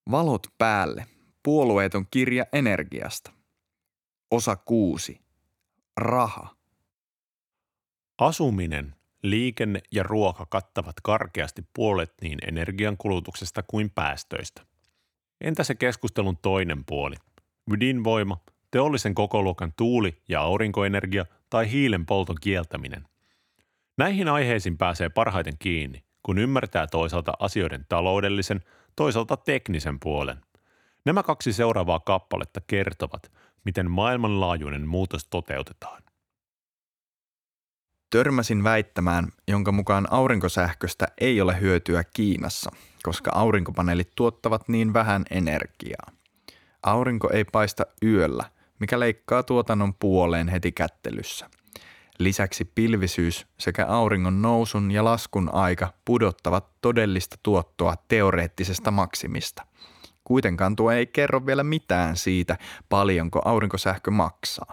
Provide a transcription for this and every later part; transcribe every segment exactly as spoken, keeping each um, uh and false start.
Valot päälle. Puolueeton kirja energiasta. Osa kuusi. Raha. Asuminen, liikenne ja ruoka kattavat karkeasti puolet niin energian kulutuksesta kuin päästöistä. Entä se keskustelun toinen puoli? Ydinvoima, teollisen kokoluokan tuuli- ja aurinkoenergia tai hiilen polton kieltäminen? Näihin aiheisiin pääsee parhaiten kiinni, kun ymmärtää toisaalta asioiden taloudellisen, toisaalta teknisen puolen. Nämä kaksi seuraavaa kappaletta kertovat, miten maailmanlaajuinen muutos toteutetaan. Törmäsin väittämään, jonka mukaan aurinkosähköstä ei ole hyötyä Kiinassa, koska aurinkopaneelit tuottavat niin vähän energiaa. Aurinko ei paista yöllä, mikä leikkaa tuotannon puoleen heti kättelyssä. Lisäksi pilvisyys sekä auringon nousun ja laskun aika pudottavat todellista tuottoa teoreettisesta maksimista. Kuitenkaan tuo ei kerro vielä mitään siitä, paljonko aurinkosähkö maksaa.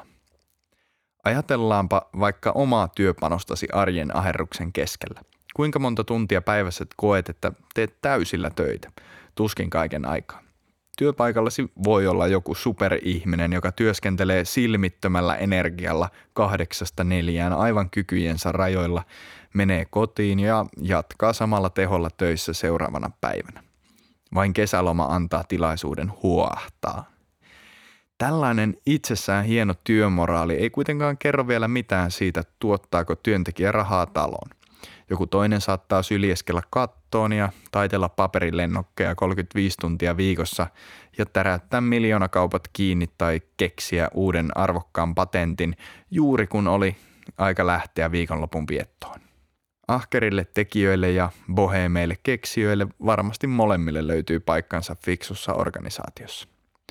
Ajatellaanpa vaikka omaa työpanostasi arjen aherruksen keskellä. Kuinka monta tuntia päivässä koet, että teet täysillä töitä, tuskin kaiken aikaa. Työpaikallasi voi olla joku superihminen, joka työskentelee silmittömällä energialla kahdeksasta neljään aivan kykyjensä rajoilla, menee kotiin ja jatkaa samalla teholla töissä seuraavana päivänä. Vain kesäloma antaa tilaisuuden huoahtaa. Tällainen itsessään hieno työmoraali ei kuitenkaan kerro vielä mitään siitä, tuottaako työntekijä rahaa taloon. Joku toinen saattaa syljeskellä kattoon ja taitella paperilennokkeja kolmekymmentäviisi tuntia viikossa ja täräyttää miljoonakaupat kiinni tai keksiä uuden arvokkaan patentin juuri kun oli aika lähteä viikonlopun viettoon. Ahkerille tekijöille ja boheemeille keksijöille varmasti molemmille löytyy paikkansa fiksussa organisaatiossa.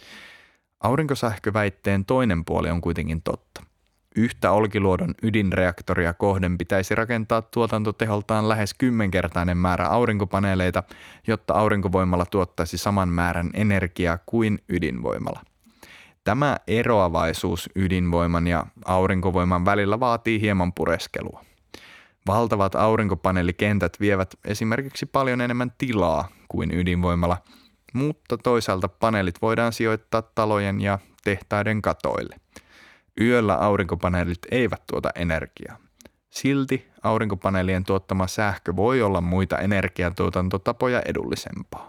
Aurinkosähköväitteen toinen puoli on kuitenkin totta. Yhtä Olkiluodon ydinreaktoria kohden pitäisi rakentaa tuotantoteholtaan lähes kymmenkertainen määrä aurinkopaneeleita, jotta aurinkovoimalla tuottaisi saman määrän energiaa kuin ydinvoimalla. Tämä eroavaisuus ydinvoiman ja aurinkovoiman välillä vaatii hieman pureskelua. Valtavat aurinkopaneelikentät vievät esimerkiksi paljon enemmän tilaa kuin ydinvoimalla, mutta toisaalta paneelit voidaan sijoittaa talojen ja tehtaiden katoille. Yöllä aurinkopaneelit eivät tuota energiaa. Silti aurinkopaneelien tuottama sähkö voi olla muita energiantuotantotapoja edullisempaa.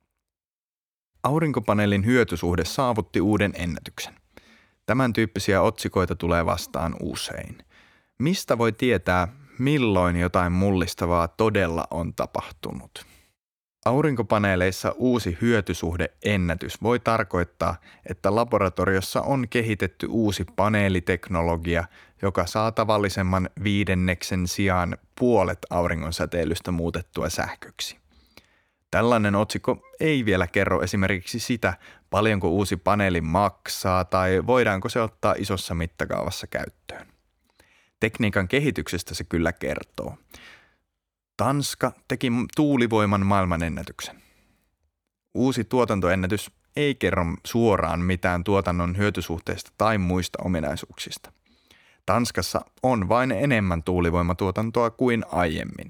Aurinkopaneelin hyötysuhde saavutti uuden ennätyksen. Tämän tyyppisiä otsikoita tulee vastaan usein. Mistä voi tietää, milloin jotain mullistavaa todella on tapahtunut? Aurinkopaneeleissa uusi hyötysuhde-ennätys voi tarkoittaa, että laboratoriossa on kehitetty uusi paneeliteknologia, joka saa tavallisemman viidenneksen sijaan puolet auringonsäteilystä muutettua sähköksi. Tällainen otsikko ei vielä kerro esimerkiksi sitä, paljonko uusi paneeli maksaa tai voidaanko se ottaa isossa mittakaavassa käyttöön. Tekniikan kehityksestä se kyllä kertoo. Tanska teki tuulivoiman maailmanennätyksen. Uusi tuotantoennätys ei kerro suoraan mitään tuotannon hyötysuhteista tai muista ominaisuuksista. Tanskassa on vain enemmän tuulivoimatuotantoa kuin aiemmin.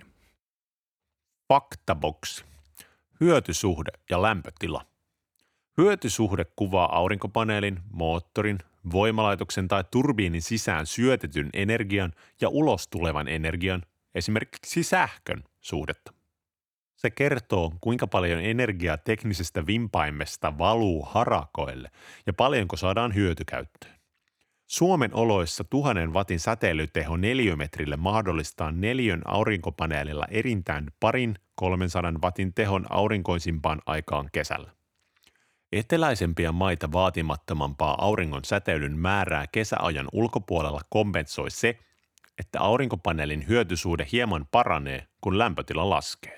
Faktaboksi. Hyötysuhde ja lämpötila. Hyötysuhde kuvaa aurinkopaneelin, moottorin, voimalaitoksen tai turbiinin sisään syötetyn energian ja ulos tulevan energian, esimerkiksi sähkön, suhdetta. Se kertoo, kuinka paljon energiaa teknisestä vimpaimesta valuu harakoille ja paljonko saadaan hyötykäyttöön. Suomen oloissa tuhannen watin säteilyteho neliömetrille mahdollistaa neljön aurinkopaneelilla erintään parin kolmensadan watin tehon aurinkoisimpaan aikaan kesällä. Eteläisempiä maita vaatimattomampaa auringon säteilyn määrää kesäajan ulkopuolella kompensoi se, että aurinkopaneelin hyötysuhde hieman paranee, kun lämpötila laskee.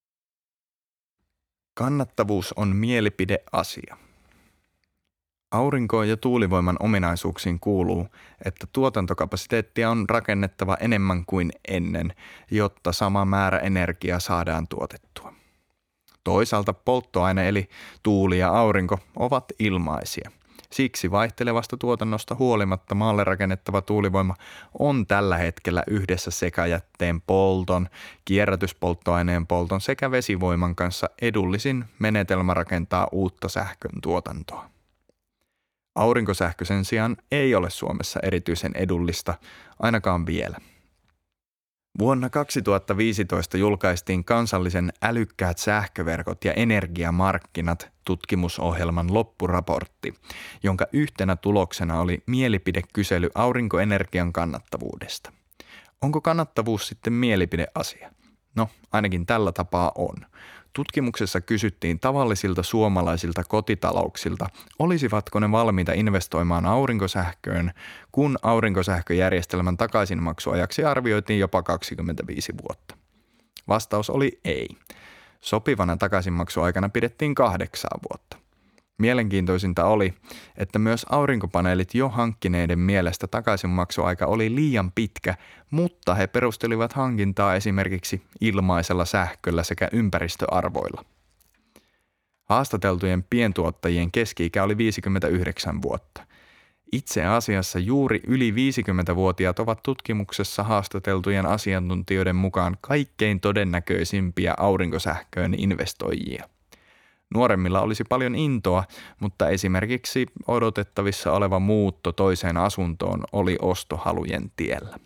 Kannattavuus on mielipideasia. Aurinko- ja tuulivoiman ominaisuuksiin kuuluu, että tuotantokapasiteettia on rakennettava enemmän kuin ennen, jotta sama määrä energiaa saadaan tuotettua. Toisaalta polttoaine eli tuuli ja aurinko ovat ilmaisia. Siksi vaihtelevasta tuotannosta huolimatta maalle rakennettava tuulivoima on tällä hetkellä yhdessä sekajätteen polton, kierrätyspolttoaineen polton sekä vesivoiman kanssa edullisin menetelmä rakentaa uutta sähkön tuotantoa. Aurinkosähkö sen sijaan ei ole Suomessa erityisen edullista, ainakaan vielä. Vuonna kaksituhattaviisitoista julkaistiin kansallisen Älykkäät sähköverkot ja energiamarkkinat tutkimusohjelman loppuraportti, jonka yhtenä tuloksena oli mielipidekysely aurinkoenergian kannattavuudesta. Onko kannattavuus sitten mielipideasia? No, ainakin tällä tapaa on. Tutkimuksessa kysyttiin tavallisilta suomalaisilta kotitalouksilta, olisivatko ne valmiita investoimaan aurinkosähköön, kun aurinkosähköjärjestelmän takaisinmaksuajaksi arvioitiin jopa kaksikymmentäviisi vuotta. Vastaus oli ei. Sopivana takaisinmaksuaikana pidettiin kahdeksaa vuotta. Mielenkiintoisinta oli, että myös aurinkopaneelit jo hankkineiden mielestä takaisinmaksuaika oli liian pitkä, mutta he perustelivat hankintaa esimerkiksi ilmaisella sähköllä sekä ympäristöarvoilla. Haastateltujen pientuottajien keski-ikä oli viisikymmentäyhdeksän vuotta. Itse asiassa juuri yli viisikymmentävuotiaat ovat tutkimuksessa haastateltujen asiantuntijoiden mukaan kaikkein todennäköisimpiä aurinkosähköön investoijia. Nuoremmilla olisi paljon intoa, mutta esimerkiksi odotettavissa oleva muutto toiseen asuntoon oli ostohalujen tiellä.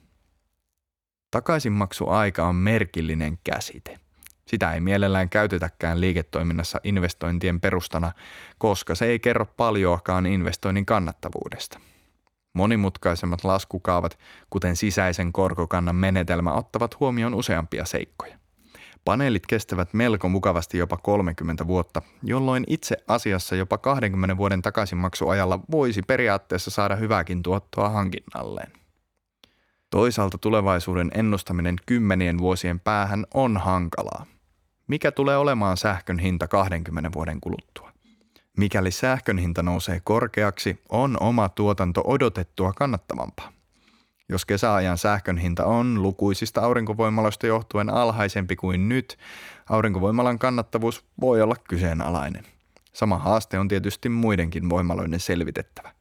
Takaisinmaksuaika on merkillinen käsite. Sitä ei mielellään käytetäkään liiketoiminnassa investointien perustana, koska se ei kerro paljoakaan investoinnin kannattavuudesta. Monimutkaisemmat laskukaavat, kuten sisäisen korkokannan menetelmä, ottavat huomioon useampia seikkoja. Paneelit kestävät melko mukavasti jopa kolmekymmentä vuotta, jolloin itse asiassa jopa kaksikymmentä vuoden takaisinmaksuajalla voisi periaatteessa saada hyvääkin tuottoa hankinnalleen. Toisaalta tulevaisuuden ennustaminen kymmenien vuosien päähän on hankalaa. Mikä tulee olemaan sähkön hinta kaksikymmentä vuoden kuluttua? Mikäli sähkön hinta nousee korkeaksi, on oma tuotanto odotettua kannattavampaa. Jos kesäajan sähkön hinta on lukuisista aurinkovoimaloista johtuen alhaisempi kuin nyt, aurinkovoimalan kannattavuus voi olla kyseenalainen. Sama haaste on tietysti muidenkin voimaloiden selvitettävä.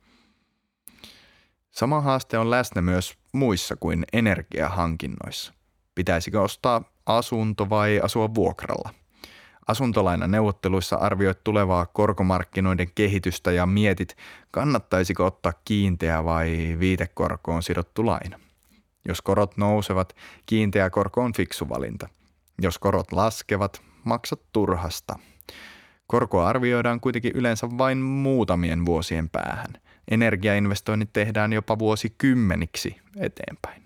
Sama haaste on läsnä myös muissa kuin energiahankinnoissa. Pitäisikö ostaa asunto vai asua vuokralla? Asuntolainaneuvotteluissa arvioit tulevaa korkomarkkinoiden kehitystä ja mietit, kannattaisiko ottaa kiinteä vai viitekorkoon sidottu laina. Jos korot nousevat, kiinteä korko on fiksu valinta. Jos korot laskevat, maksat turhasta. Korkoa arvioidaan kuitenkin yleensä vain muutamien vuosien päähän. Energiainvestoinnit tehdään jopa vuosikymmeniksi eteenpäin.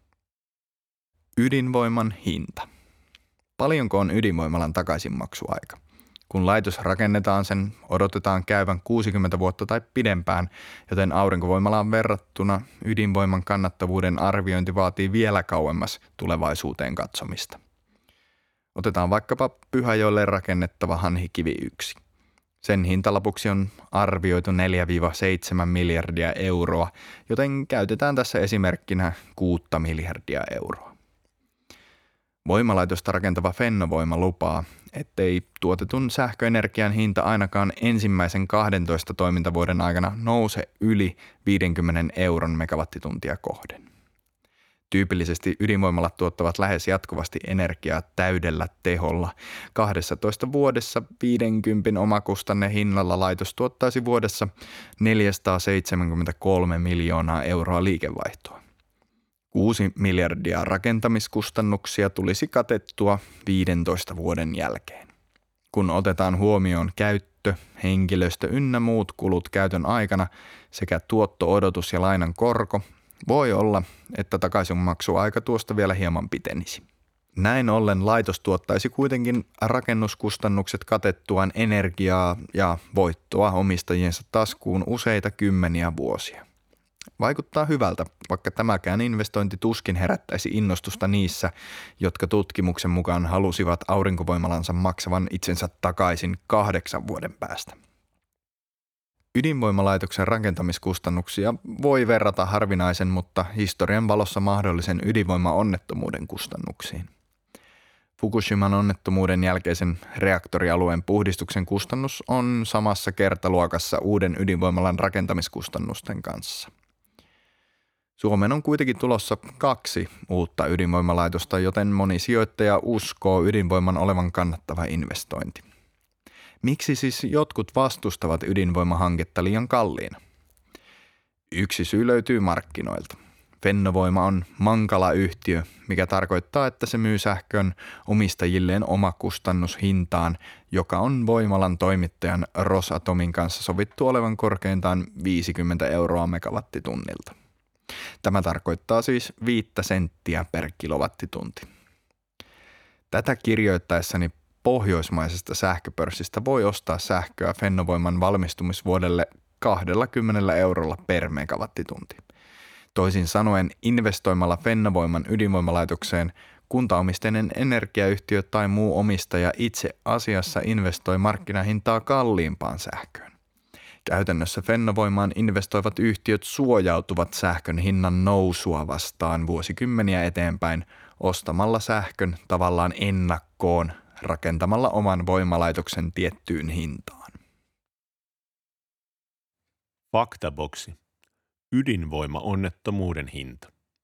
Ydinvoiman hinta. Paljonko on ydinvoimalan takaisinmaksuaika? Kun laitos rakennetaan, sen odotetaan käyvän kuusikymmentä vuotta tai pidempään, joten aurinkovoimalaan verrattuna ydinvoiman kannattavuuden arviointi vaatii vielä kauemmas tulevaisuuteen katsomista. Otetaan vaikkapa Pyhäjoelle rakennettava Hanhikivi yksi. Sen hintalapuksi on arvioitu neljä seitsemän miljardia euroa, joten käytetään tässä esimerkkinä kuutta miljardia euroa. Voimalaitosta rakentava Fennovoima lupaa, ettei tuotetun sähköenergian hinta ainakaan ensimmäisen kahdentoista toimintavuoden aikana nouse yli viidenkymmenen euron megawattituntia kohden. Tyypillisesti ydinvoimalat tuottavat lähes jatkuvasti energiaa täydellä teholla. kaksitoista vuodessa viidenkymmenen omakustanne hinnalla laitos tuottaisi vuodessa neljäsataaseitsemänkymmentäkolme miljoonaa euroa liikevaihtoa. Kuusi miljardia rakentamiskustannuksia tulisi katettua viidentoista vuoden jälkeen. Kun otetaan huomioon käyttö, henkilöstö ynnä muut kulut käytön aikana sekä tuotto-odotus ja lainan korko, voi olla, että takaisinmaksuaika tuosta vielä hieman pitenisi. Näin ollen laitos tuottaisi kuitenkin rakennuskustannukset katettuaan energiaa ja voittoa omistajiensa taskuun useita kymmeniä vuosia. Vaikuttaa hyvältä, vaikka tämäkään investointi tuskin herättäisi innostusta niissä, jotka tutkimuksen mukaan halusivat aurinkovoimalansa maksavan itsensä takaisin kahdeksan vuoden päästä. Ydinvoimalaitoksen rakentamiskustannuksia voi verrata harvinaisen, mutta historian valossa mahdollisen ydinvoimaonnettomuuden kustannuksiin. Fukushiman onnettomuuden jälkeisen reaktorialueen puhdistuksen kustannus on samassa kertaluokassa uuden ydinvoimalan rakentamiskustannusten kanssa. Suomeen on kuitenkin tulossa kaksi uutta ydinvoimalaitosta, joten moni sijoittaja uskoo ydinvoiman olevan kannattava investointi. Miksi siis jotkut vastustavat ydinvoimahanketta liian kalliina? Yksi syy löytyy markkinoilta. Fennovoima on mankala yhtiö, mikä tarkoittaa, että se myy sähkön omistajilleen omakustannushintaan, joka on voimalan toimittajan Rosatomin kanssa sovittu olevan korkeintaan viisikymmentä euroa megawattitunnilta. Tämä tarkoittaa siis viittä senttiä per kilowattitunti. Tätä kirjoittaessani pohjoismaisesta sähköpörssistä voi ostaa sähköä Fennovoiman valmistumisvuodelle kaksikymmentä eurolla per megawattitunti. Toisin sanoen investoimalla Fennovoiman ydinvoimalaitokseen kuntaomisteinen energiayhtiö tai muu omistaja itse asiassa investoi markkinahintaa kalliimpaan sähköön. Käytännössä Fennovoimaan investoivat yhtiöt suojautuvat sähkön hinnan nousua vastaan vuosikymmeniä eteenpäin ostamalla sähkön tavallaan ennakkoon rakentamalla oman voimalaitoksen tiettyyn hintaan. Faktaboksi. Ydinvoima-onnettomuuden hinta.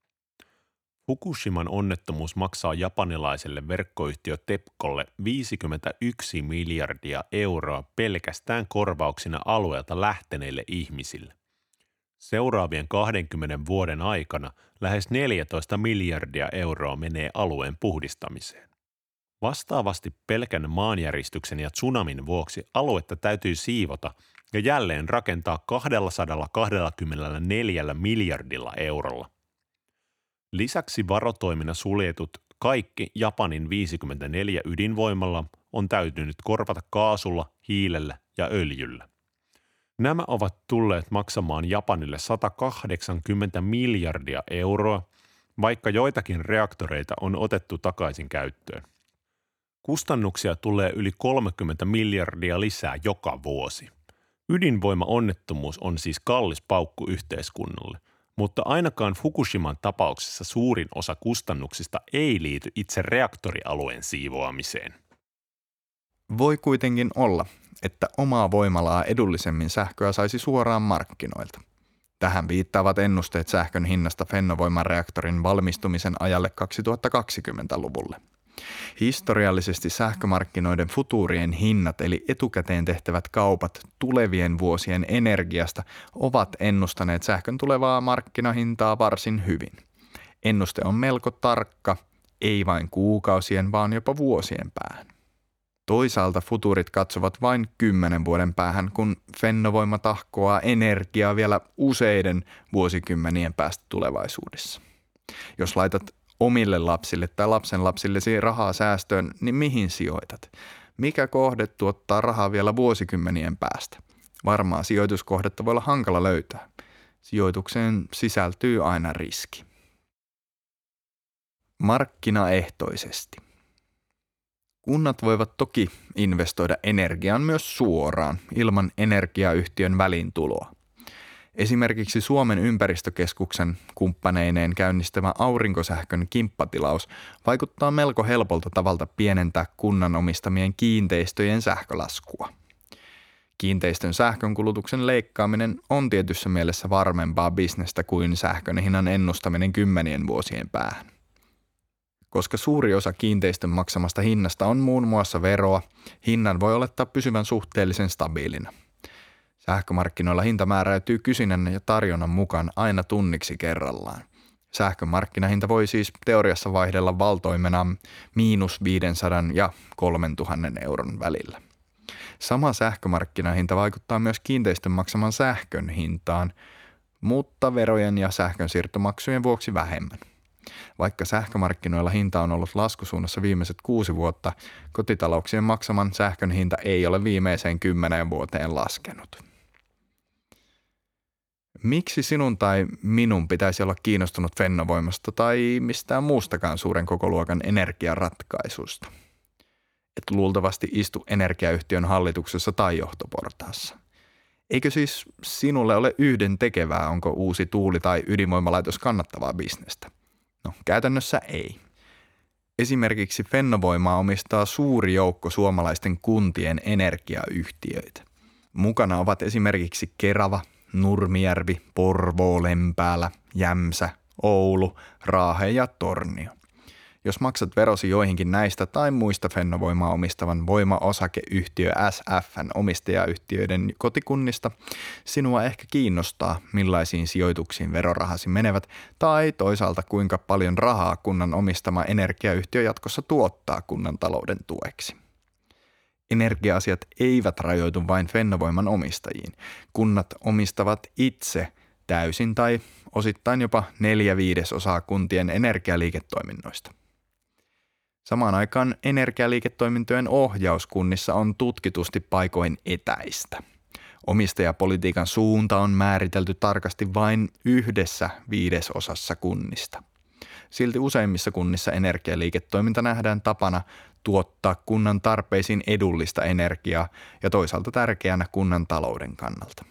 Fukushiman onnettomuus maksaa japanilaiselle verkkoyhtiö TEPCOlle viisikymmentäyksi miljardia euroa pelkästään korvauksina alueelta lähteneille ihmisille. Seuraavien kahdenkymmenen vuoden aikana lähes neljätoista miljardia euroa menee alueen puhdistamiseen. Vastaavasti pelkän maanjäristyksen ja tsunamin vuoksi aluetta täytyy siivota ja jälleen rakentaa kaksisataakaksikymmentäneljä miljardilla eurolla. Lisäksi varotoimina suljetut kaikki Japanin viisikymmentäneljä ydinvoimalla on täytynyt korvata kaasulla, hiilellä ja öljyllä. Nämä ovat tulleet maksamaan Japanille sata kahdeksankymmentä miljardia euroa, vaikka joitakin reaktoreita on otettu takaisin käyttöön. Kustannuksia tulee yli kolmekymmentä miljardia lisää joka vuosi. Ydinvoimaonnettomuus on siis kallis paukku yhteiskunnalle, mutta ainakaan Fukushiman tapauksessa suurin osa kustannuksista ei liity itse reaktorialueen siivoamiseen. Voi kuitenkin olla, että omaa voimalaa edullisemmin sähköä saisi suoraan markkinoilta. Tähän viittaavat ennusteet sähkön hinnasta Fennovoiman reaktorin valmistumisen ajalle kaksituhattakaksikymmentäluvulle. Historiallisesti sähkömarkkinoiden futuurien hinnat eli etukäteen tehtävät kaupat tulevien vuosien energiasta ovat ennustaneet sähkön tulevaa markkinahintaa varsin hyvin. Ennuste on melko tarkka, ei vain kuukausien, vaan jopa vuosien päähän. Toisaalta futuurit katsovat vain kymmenen vuoden päähän, kun Fennovoima tahkoaa energiaa vielä useiden vuosikymmenien päästä tulevaisuudessa. Jos laitat omille lapsille tai lapsenlapsillesi rahaa säästöön, niin mihin sijoitat? Mikä kohde tuottaa rahaa vielä vuosikymmenien päästä? Varmaa sijoituskohdetta voi olla hankala löytää. Sijoitukseen sisältyy aina riski. Markkinaehtoisesti. Kunnat voivat toki investoida energiaan myös suoraan ilman energiayhtiön väliintuloa. Esimerkiksi Suomen ympäristökeskuksen kumppaneineen käynnistämä aurinkosähkön kimppatilaus vaikuttaa melko helpolta tavalta pienentää kunnan omistamien kiinteistöjen sähkölaskua. Kiinteistön sähkönkulutuksen leikkaaminen on tietyssä mielessä varmempaa bisnestä kuin sähkön hinnan ennustaminen kymmenien vuosien päähän. Koska suuri osa kiinteistön maksamasta hinnasta on muun muassa veroa, hinnan voi olettaa pysyvän suhteellisen stabiilina. Sähkömarkkinoilla hinta määräytyy kysynnän ja tarjonnan mukaan aina tunniksi kerrallaan. Sähkömarkkinahinta voi siis teoriassa vaihdella valtoimena miinus viisisataa ja kolmetuhatta euron välillä. Sama sähkömarkkinahinta vaikuttaa myös kiinteistön maksaman sähkön hintaan, mutta verojen ja sähkön siirtomaksujen vuoksi vähemmän. Vaikka sähkömarkkinoilla hinta on ollut laskusuunnassa viimeiset kuusi vuotta, kotitalouksien maksaman sähkön hinta ei ole viimeiseen kymmeneen vuoteen laskenut. Miksi sinun tai minun pitäisi olla kiinnostunut Fennovoimasta tai mistään muustakaan suuren kokoluokan energiaratkaisusta? Et luultavasti istu energiayhtiön hallituksessa tai johtoportaassa. Eikö siis sinulle ole yhden tekevää, onko uusi tuuli- tai ydinvoimalaitos kannattavaa bisnestä? No, käytännössä ei. Esimerkiksi Fennovoimaa omistaa suuri joukko suomalaisten kuntien energiayhtiöitä. Mukana ovat esimerkiksi Kerava, Nurmijärvi, Porvoo, Lempäälä, Jämsä, Oulu, Raahe ja Tornio. Jos maksat verosi joihinkin näistä tai muista Fennovoimaa omistavan voimaosakeyhtiö S F:n omistajayhtiöiden kotikunnista, sinua ehkä kiinnostaa, millaisiin sijoituksiin verorahasi menevät tai toisaalta kuinka paljon rahaa kunnan omistama energiayhtiö jatkossa tuottaa kunnan talouden tueksi. Energia-asiat eivät rajoitu vain Fennovoiman omistajiin. Kunnat omistavat itse täysin tai osittain jopa neljä viidesosaa kuntien energialiiketoiminnoista. Samaan aikaan energialiiketoimintojen ohjaus kunnissa on tutkitusti paikoin etäistä. Omistajapolitiikan suunta on määritelty tarkasti vain yhdessä viidesosassa kunnista. Silti useimmissa kunnissa energialiiketoiminta nähdään tapana tuottaa kunnan tarpeisiin edullista energiaa ja toisaalta tärkeänä kunnan talouden kannalta.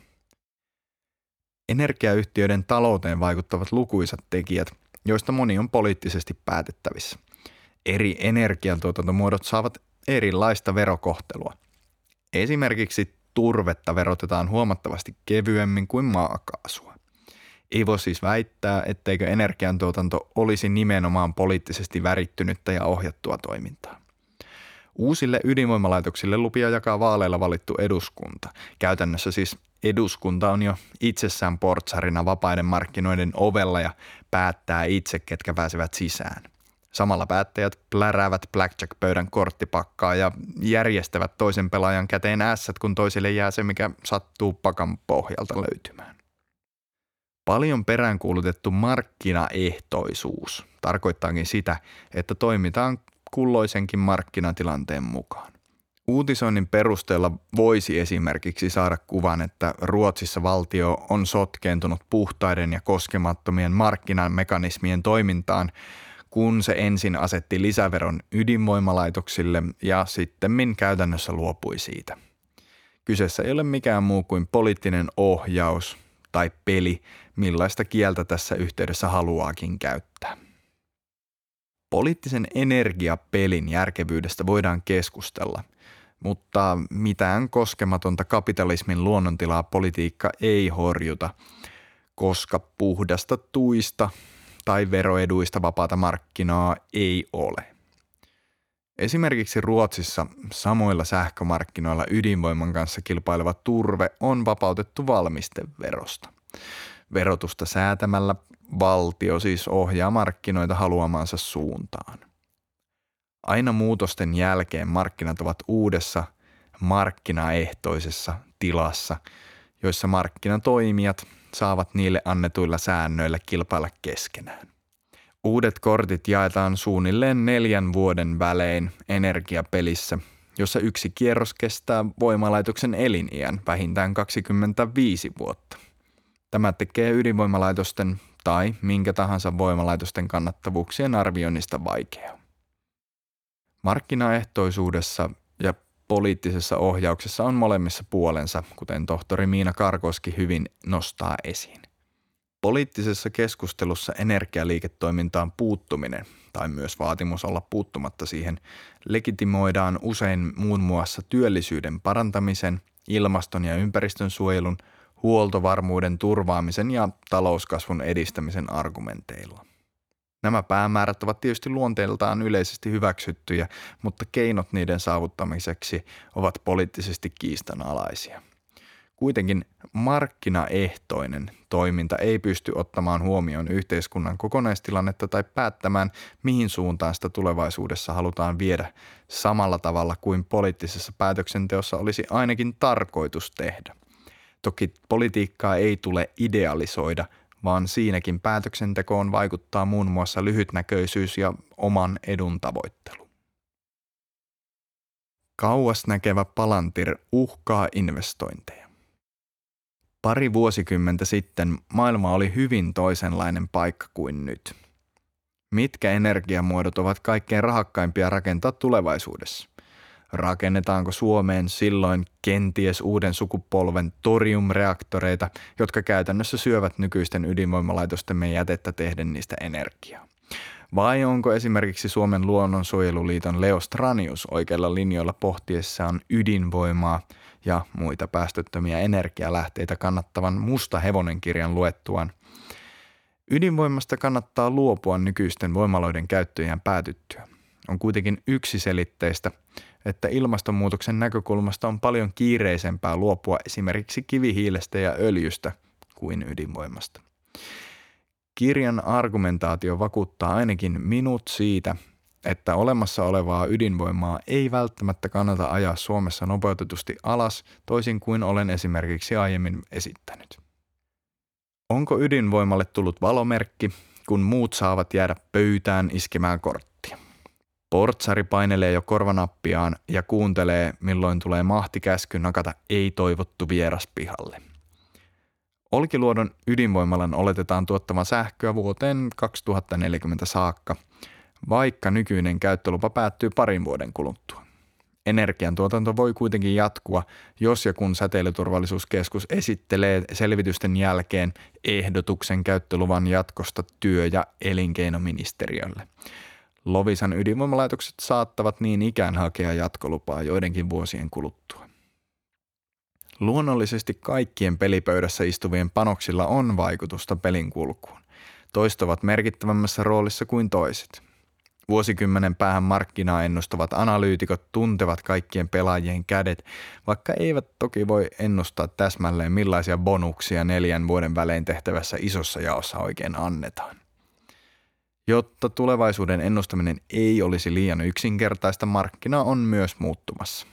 Energiayhtiöiden talouteen vaikuttavat lukuisat tekijät, joista moni on poliittisesti päätettävissä. Eri energiantuotantomuodot saavat erilaista verokohtelua. Esimerkiksi turvetta verotetaan huomattavasti kevyemmin kuin maakaasua. Ei voi siis väittää, etteikö energiantuotanto olisi nimenomaan poliittisesti värittynyttä ja ohjattua toimintaa. Uusille ydinvoimalaitoksille lupia jakaa vaaleilla valittu eduskunta. Käytännössä siis eduskunta on jo itsessään portsarina vapaiden markkinoiden ovella ja päättää itse, ketkä pääsevät sisään. Samalla päättäjät pläräävät blackjack-pöydän korttipakkaa ja järjestävät toisen pelaajan käteen ässät, kun toisille jää se, mikä sattuu pakan pohjalta löytymään. Paljon peräänkuulutettu markkinaehtoisuus tarkoittaakin sitä, että toimitaan kulloisenkin markkinatilanteen mukaan. Uutisoinnin perusteella voisi esimerkiksi saada kuvan, että Ruotsissa valtio on sotkeentunut puhtaiden ja koskemattomien markkinamekanismien toimintaan, kun se ensin asetti lisäveron ydinvoimalaitoksille ja sittemmin käytännössä luopui siitä. Kyseessä ei ole mikään muu kuin poliittinen ohjaus tai peli, millaista kieltä tässä yhteydessä haluaakin käyttää. Poliittisen energiapelin järkevyydestä voidaan keskustella, mutta mitään koskematonta kapitalismin luonnontilaa politiikka ei horjuta, koska puhdasta tuista tai veroeduista vapaata markkinaa ei ole. Esimerkiksi Ruotsissa samoilla sähkömarkkinoilla ydinvoiman kanssa kilpaileva turve on vapautettu valmisteverosta. Verotusta säätämällä valtio siis ohjaa markkinoita haluamansa suuntaan. Aina muutosten jälkeen markkinat ovat uudessa markkinaehtoisessa tilassa, joissa markkinatoimijat saavat niille annetuilla säännöillä kilpailla keskenään. Uudet kortit jaetaan suunnilleen neljän vuoden välein energiapelissä, jossa yksi kierros kestää voimalaitoksen eliniän vähintään kaksikymmentäviisi vuotta. Tämä tekee ydinvoimalaitosten tai minkä tahansa voimalaitosten kannattavuuksien arvioinnista vaikeaa. Markkinaehtoisuudessa ja poliittisessa ohjauksessa on molemmissa puolensa, kuten tohtori Miina Karkoski hyvin nostaa esiin. Poliittisessa keskustelussa energialiiketoimintaan puuttuminen tai myös vaatimus olla puuttumatta siihen legitimoidaan usein muun muassa työllisyyden parantamisen, ilmaston ja ympäristön suojelun, huoltovarmuuden turvaamisen ja talouskasvun edistämisen argumenteilla. Nämä päämäärät ovat tietysti luonteeltaan yleisesti hyväksyttyjä, mutta keinot niiden saavuttamiseksi ovat poliittisesti kiistanalaisia. Kuitenkin markkinaehtoinen toiminta ei pysty ottamaan huomioon yhteiskunnan kokonaistilannetta tai päättämään, mihin suuntaan sitä tulevaisuudessa halutaan viedä samalla tavalla kuin poliittisessa päätöksenteossa olisi ainakin tarkoitus tehdä. Toki politiikkaa ei tule idealisoida, vaan siinäkin päätöksentekoon vaikuttaa muun muassa lyhytnäköisyys ja oman edun tavoittelu. Kauas näkevä Palantir uhkaa investointeja. Pari vuosikymmentä sitten maailma oli hyvin toisenlainen paikka kuin nyt. Mitkä energiamuodot ovat kaikkein rahakkaimpia rakentaa tulevaisuudessa? Rakennetaanko Suomeen silloin kenties uuden sukupolven toriumreaktoreita, jotka käytännössä syövät nykyisten ydinvoimalaitostemme jätettä tehden niistä energiaa? Vai onko esimerkiksi Suomen luonnonsuojeluliiton Leo Stranius oikeilla linjoilla pohtiessaan ydinvoimaa ja muita päästöttömiä energialähteitä kannattavan Musta hevonen -kirjan luettuaan? Ydinvoimasta kannattaa luopua nykyisten voimaloiden käyttöjään päätyttyä. On kuitenkin yksiselitteistä, että ilmastonmuutoksen näkökulmasta on paljon kiireisempää luopua esimerkiksi kivihiilestä ja öljystä kuin ydinvoimasta. Kirjan argumentaatio vakuuttaa ainakin minut siitä, että olemassa olevaa ydinvoimaa ei välttämättä kannata ajaa Suomessa nopeutetusti alas, toisin kuin olen esimerkiksi aiemmin esittänyt. Onko ydinvoimalle tullut valomerkki, kun muut saavat jäädä pöytään iskemään korttia? Portsari painelee jo korvanappiaan ja kuuntelee, milloin tulee mahtikäsky nakata ei-toivottu vieras pihalle. Olkiluodon ydinvoimalan oletetaan tuottavan sähköä vuoteen kaksituhattaneljäkymmentä saakka, vaikka nykyinen käyttölupa päättyy parin vuoden kuluttua. Energiantuotanto voi kuitenkin jatkua, jos ja kun Säteilyturvallisuuskeskus esittelee selvitysten jälkeen ehdotuksen käyttöluvan jatkosta työ- ja elinkeinoministeriölle. Loviisan ydinvoimalaitokset saattavat niin ikään hakea jatkolupaa joidenkin vuosien kuluttua. Luonnollisesti kaikkien pelipöydässä istuvien panoksilla on vaikutusta pelin kulkuun. Toiset ovat merkittävämmässä roolissa kuin toiset. Vuosikymmenen päähän markkinaa ennustavat analyytikot tuntevat kaikkien pelaajien kädet, vaikka eivät toki voi ennustaa täsmälleen millaisia bonuksia neljän vuoden välein tehtävässä isossa jaossa oikein annetaan. Jotta tulevaisuuden ennustaminen ei olisi liian yksinkertaista, markkina on myös muuttumassa.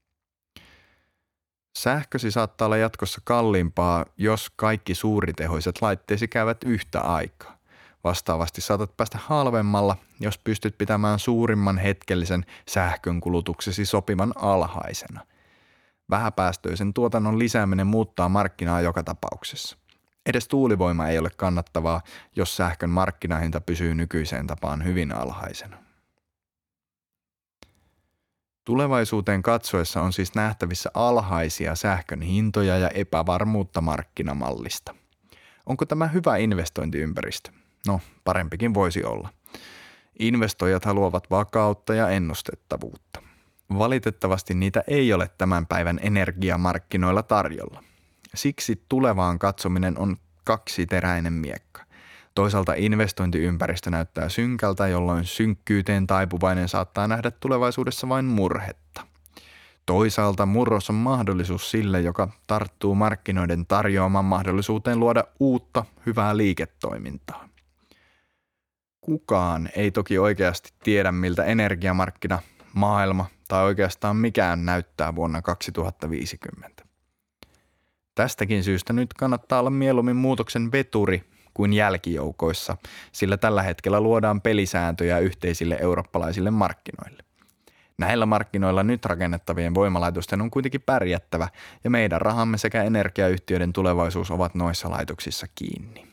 Sähkösi saattaa olla jatkossa kalliimpaa, jos kaikki suuritehoiset laitteesi käyvät yhtä aikaa. Vastaavasti saatat päästä halvemmalla, jos pystyt pitämään suurimman hetkellisen sähkönkulutuksesi sopivan alhaisena. Vähäpäästöisen tuotannon lisääminen muuttaa markkinaa joka tapauksessa. Edes tuulivoima ei ole kannattavaa, jos sähkön markkinahinta pysyy nykyiseen tapaan hyvin alhaisena. Tulevaisuuteen katsoessa on siis nähtävissä alhaisia sähkön hintoja ja epävarmuutta markkinamallista. Onko tämä hyvä investointiympäristö? No, parempikin voisi olla. Investoijat haluavat vakautta ja ennustettavuutta. Valitettavasti niitä ei ole tämän päivän energiamarkkinoilla tarjolla. Siksi tulevaan katsominen on kaksiteräinen miekka. Toisaalta investointiympäristö näyttää synkältä, jolloin synkkyyteen taipuvainen saattaa nähdä tulevaisuudessa vain murhetta. Toisaalta murros on mahdollisuus sille, joka tarttuu markkinoiden tarjoamaan mahdollisuuteen luoda uutta, hyvää liiketoimintaa. Kukaan ei toki oikeasti tiedä, miltä energiamarkkina, maailma tai oikeastaan mikään näyttää vuonna kaksituhattaviisikymmentä. Tästäkin syystä nyt kannattaa olla mieluummin muutoksen veturi kuin jälkijoukoissa, sillä tällä hetkellä luodaan pelisääntöjä yhteisille eurooppalaisille markkinoille. Näillä markkinoilla nyt rakennettavien voimalaitosten on kuitenkin pärjättävä ja meidän rahamme sekä energiayhtiöiden tulevaisuus ovat noissa laitoksissa kiinni.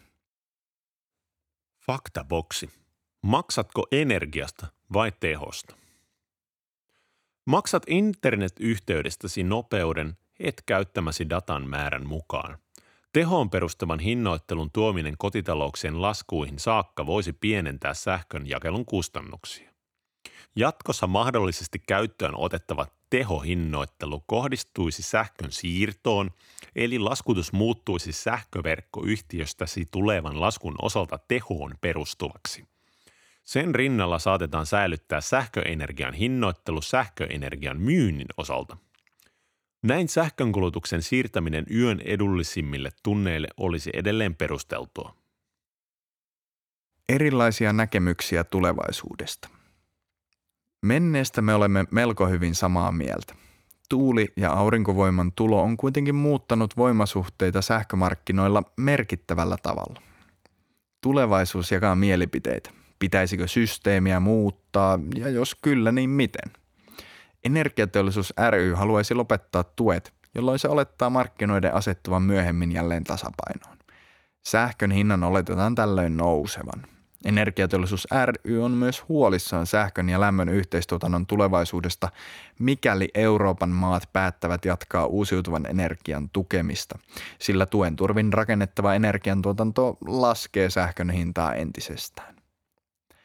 Faktaboksi. Maksatko energiasta vai tehosta? Maksat internetyhteydestäsi nopeuden et käyttämäsi datan määrän mukaan. Tehoon perustuvan hinnoittelun tuominen kotitalouksien laskuihin saakka voisi pienentää sähkön jakelun kustannuksia. Jatkossa mahdollisesti käyttöön otettava tehohinnoittelu kohdistuisi sähkön siirtoon, eli laskutus muuttuisi sähköverkkoyhtiöstäsi tulevan laskun osalta tehoon perustuvaksi. Sen rinnalla saatetaan säilyttää sähköenergian hinnoittelu sähköenergian myynnin osalta. Näin sähkönkulutuksen siirtäminen yön edullisimmille tunneille olisi edelleen perusteltua. Erilaisia näkemyksiä tulevaisuudesta. Menneestä me olemme melko hyvin samaa mieltä. Tuuli- ja aurinkovoiman tulo on kuitenkin muuttanut voimasuhteita sähkömarkkinoilla merkittävällä tavalla. Tulevaisuus jakaa mielipiteitä. Pitäisikö systeemiä muuttaa ja jos kyllä, niin miten? Energiateollisuus ry haluaisi lopettaa tuet, jolloin se olettaa markkinoiden asettuvan myöhemmin jälleen tasapainoon. Sähkön hinnan oletetaan tällöin nousevan. Energiateollisuus ry on myös huolissaan sähkön ja lämmön yhteistuotannon tulevaisuudesta, mikäli Euroopan maat päättävät jatkaa uusiutuvan energian tukemista, sillä tuen turvin rakennettava energiantuotanto laskee sähkön hintaa entisestään.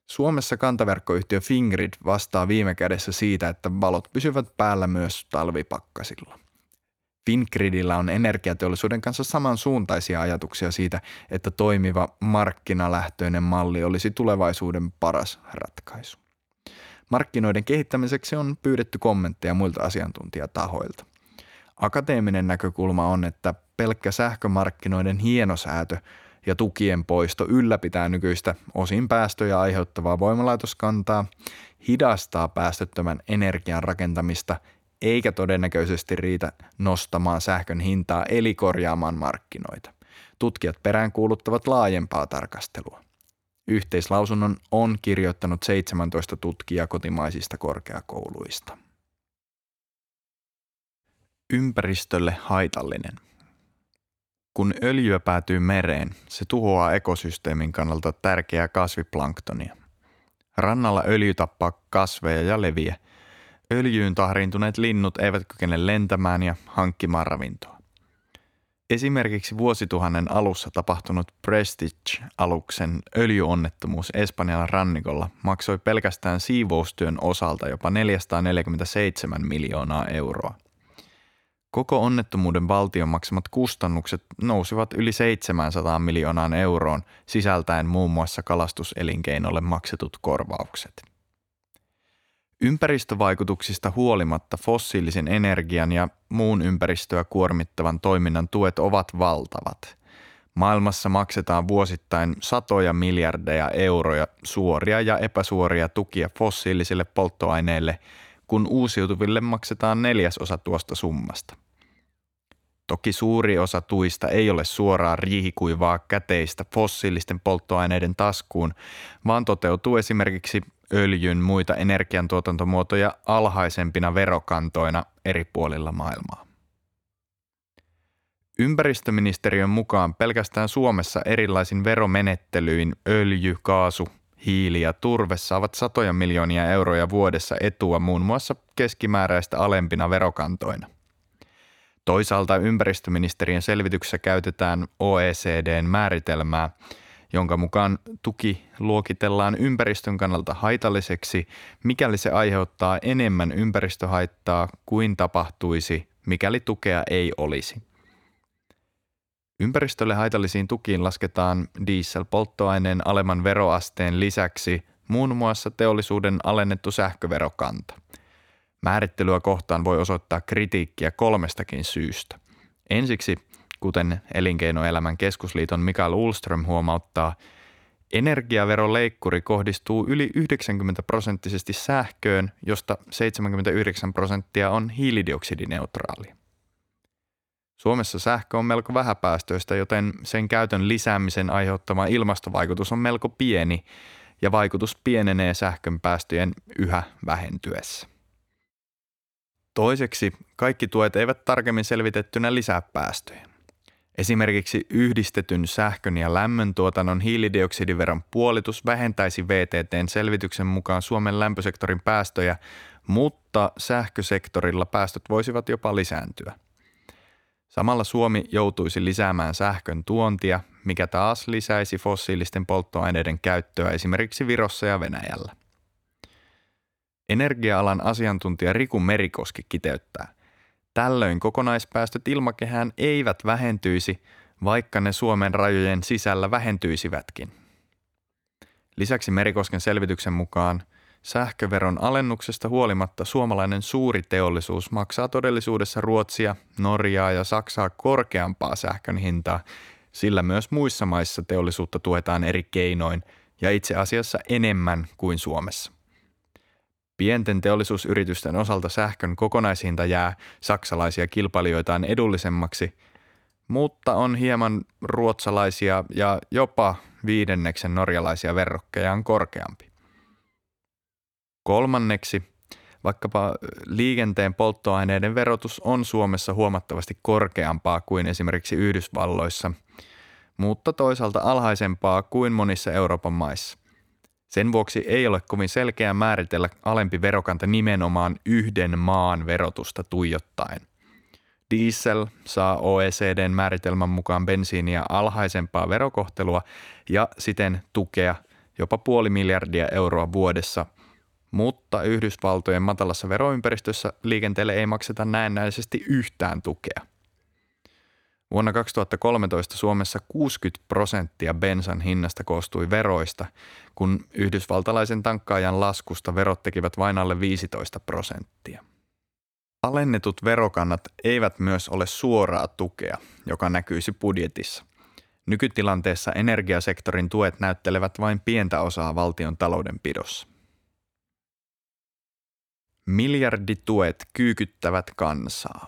Suomessa kantaverkkoyhtiö Fingrid vastaa viime kädessä siitä, että valot pysyvät päällä myös talvipakkasilla. Fingridillä on energiateollisuuden kanssa samansuuntaisia ajatuksia siitä, että toimiva markkinalähtöinen malli olisi tulevaisuuden paras ratkaisu. Markkinoiden kehittämiseksi on pyydetty kommentteja muilta asiantuntijatahoilta. Akateeminen näkökulma on, että pelkkä sähkömarkkinoiden hienosäätö ja tukien poisto ylläpitää nykyistä osin päästöjä aiheuttavaa voimalaitoskantaa, hidastaa päästöttömän energian rakentamista eikä todennäköisesti riitä nostamaan sähkön hintaa eli korjaamaan markkinoita. Tutkijat peräänkuuluttavat laajempaa tarkastelua. Yhteislausunnon on kirjoittanut seitsemäntoista tutkijaa kotimaisista korkeakouluista. Ympäristölle haitallinen. Kun öljyä päätyy mereen, se tuhoaa ekosysteemin kannalta tärkeää kasviplanktonia. Rannalla öljy tappaa kasveja ja leviä. Öljyyn tahriintuneet linnut eivät kykene lentämään ja hankkimaan ravintoa. Esimerkiksi vuosituhannen alussa tapahtunut Prestige-aluksen öljyonnettomuus Espanjan rannikolla maksoi pelkästään siivoustyön osalta jopa neljäsataaneljäkymmentäseitsemän miljoonaa euroa. Koko onnettomuuden valtion maksamat kustannukset nousivat yli seitsemänsataa miljoonaan euroon sisältäen muun muassa kalastuselinkeinolle maksetut korvaukset. Ympäristövaikutuksista huolimatta fossiilisen energian ja muun ympäristöä kuormittavan toiminnan tuet ovat valtavat. Maailmassa maksetaan vuosittain satoja miljardeja euroja suoria ja epäsuoria tukia fossiilisille polttoaineille, kun uusiutuville maksetaan neljäsosa tuosta summasta. Toki suuri osa tuista ei ole suoraan riihikuivaa käteistä fossiilisten polttoaineiden taskuun, vaan toteutuu esimerkiksi öljyn muita energiantuotantomuotoja alhaisempina verokantoina eri puolilla maailmaa. Ympäristöministeriön mukaan pelkästään Suomessa erilaisin veromenettelyin öljy, kaasu, hiili ja turve saavat satoja miljoonia euroja vuodessa etua muun muassa keskimääräistä alempina verokantoina. Toisaalta ympäristöministeriön selvityksessä käytetään O E C D:n määritelmää, jonka mukaan tuki luokitellaan ympäristön kannalta haitalliseksi, mikäli se aiheuttaa enemmän ympäristöhaittaa kuin tapahtuisi, mikäli tukea ei olisi. Ympäristölle haitallisiin tukiin lasketaan dieselpolttoaineen alemman veroasteen lisäksi muun muassa teollisuuden alennettu sähköverokanta. Määrittelyä kohtaan voi osoittaa kritiikkiä kolmestakin syystä. Ensiksi, kuten Elinkeinoelämän keskusliiton Mikael Ullström huomauttaa, energiaveroleikkuri kohdistuu yli yhdeksänkymmentä prosenttisesti sähköön, josta seitsemänkymmentäyhdeksän prosenttia on hiilidioksidineutraali. Suomessa sähkö on melko vähäpäästöistä, joten sen käytön lisäämisen aiheuttama ilmastovaikutus on melko pieni ja vaikutus pienenee sähkön päästöjen yhä vähentyessä. Toiseksi kaikki tuet eivät tarkemmin selvitettynä lisää päästöjä. Esimerkiksi yhdistetyn sähkön ja lämmön tuotannon hiilidioksidiveron puolitus vähentäisi V T T:n selvityksen mukaan Suomen lämpösektorin päästöjä, mutta sähkösektorilla päästöt voisivat jopa lisääntyä. Samalla Suomi joutuisi lisäämään sähkön tuontia, mikä taas lisäisi fossiilisten polttoaineiden käyttöä esimerkiksi Virossa ja Venäjällä. Energia-alan asiantuntija Riku Merikoski kiteyttää: tällöin kokonaispäästöt ilmakehään eivät vähentyisi, vaikka ne Suomen rajojen sisällä vähentyisivätkin. Lisäksi Merikosken selvityksen mukaan sähköveron alennuksesta huolimatta suomalainen suuri teollisuus maksaa todellisuudessa Ruotsia, Norjaa ja Saksaa korkeampaa sähkön hintaa, sillä myös muissa maissa teollisuutta tuetaan eri keinoin ja itse asiassa enemmän kuin Suomessa. Pienten teollisuusyritysten osalta sähkön kokonaishinta jää saksalaisia kilpailijoitaan edullisemmaksi, mutta on hieman ruotsalaisia ja jopa viidenneksen norjalaisia verrokkejaan korkeampi. Kolmanneksi, vaikkapa liikenteen polttoaineiden verotus on Suomessa huomattavasti korkeampaa kuin esimerkiksi Yhdysvalloissa, mutta toisaalta alhaisempaa kuin monissa Euroopan maissa. Sen vuoksi ei ole kovin selkeää määritellä alempi verokanta nimenomaan yhden maan verotusta tuijottaen. Diesel saa O E C D:n määritelmän mukaan bensiiniä alhaisempaa verokohtelua ja siten tukea jopa puoli miljardia euroa vuodessa, mutta Yhdysvaltojen matalassa veroympäristössä liikenteelle ei makseta näennäisesti yhtään tukea. Vuonna kaksituhattakolmetoista Suomessa kuusikymmentä prosenttia bensan hinnasta koostui veroista, kun yhdysvaltalaisen tankkaajan laskusta verot tekivät vain alle viisitoista prosenttia. Alennetut verokannat eivät myös ole suoraa tukea, joka näkyisi budjetissa. Nykytilanteessa energiasektorin tuet näyttelevät vain pientä osaa valtion taloudenpidossa. Miljardituet kyykyttävät kansaa.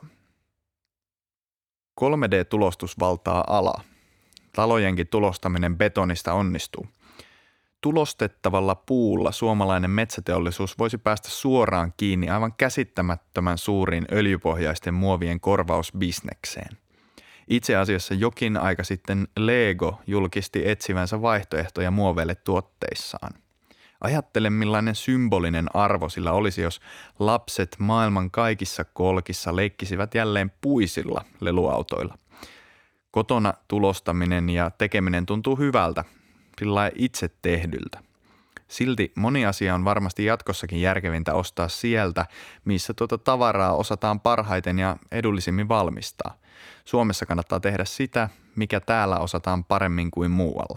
kolme D-tulostus valtaa alaa. Talojenkin tulostaminen betonista onnistuu. Tulostettavalla puulla suomalainen metsäteollisuus voisi päästä suoraan kiinni aivan käsittämättömän suuriin öljypohjaisten muovien korvausbisnekseen. Itse asiassa jokin aika sitten Lego julkisti etsivänsä vaihtoehtoja muoveille tuotteissaan. Ajattele, millainen symbolinen arvo sillä olisi, jos lapset maailman kaikissa kolkissa leikkisivät jälleen puisilla leluautoilla. Kotona tulostaminen ja tekeminen tuntuu hyvältä, sillä itse tehdyltä. Silti moni asia on varmasti jatkossakin järkevintä ostaa sieltä, missä tuota tavaraa osataan parhaiten ja edullisimmin valmistaa. Suomessa kannattaa tehdä sitä, mikä täällä osataan paremmin kuin muualla.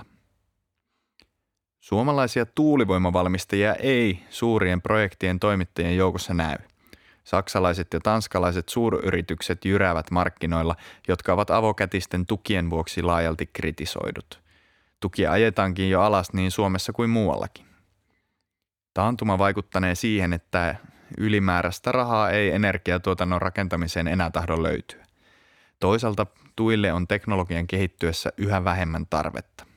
Suomalaisia tuulivoimavalmistajia ei suurien projektien toimittajien joukossa näy. Saksalaiset ja tanskalaiset suuryritykset jyräävät markkinoilla, jotka ovat avokätisten tukien vuoksi laajalti kritisoidut. Tukia ajetaankin jo alas niin Suomessa kuin muuallakin. Taantuma vaikuttanee siihen, että ylimääräistä rahaa ei energiatuotannon rakentamiseen enää tahdo löytyä. Toisaalta tuille on teknologian kehittyessä yhä vähemmän tarvetta.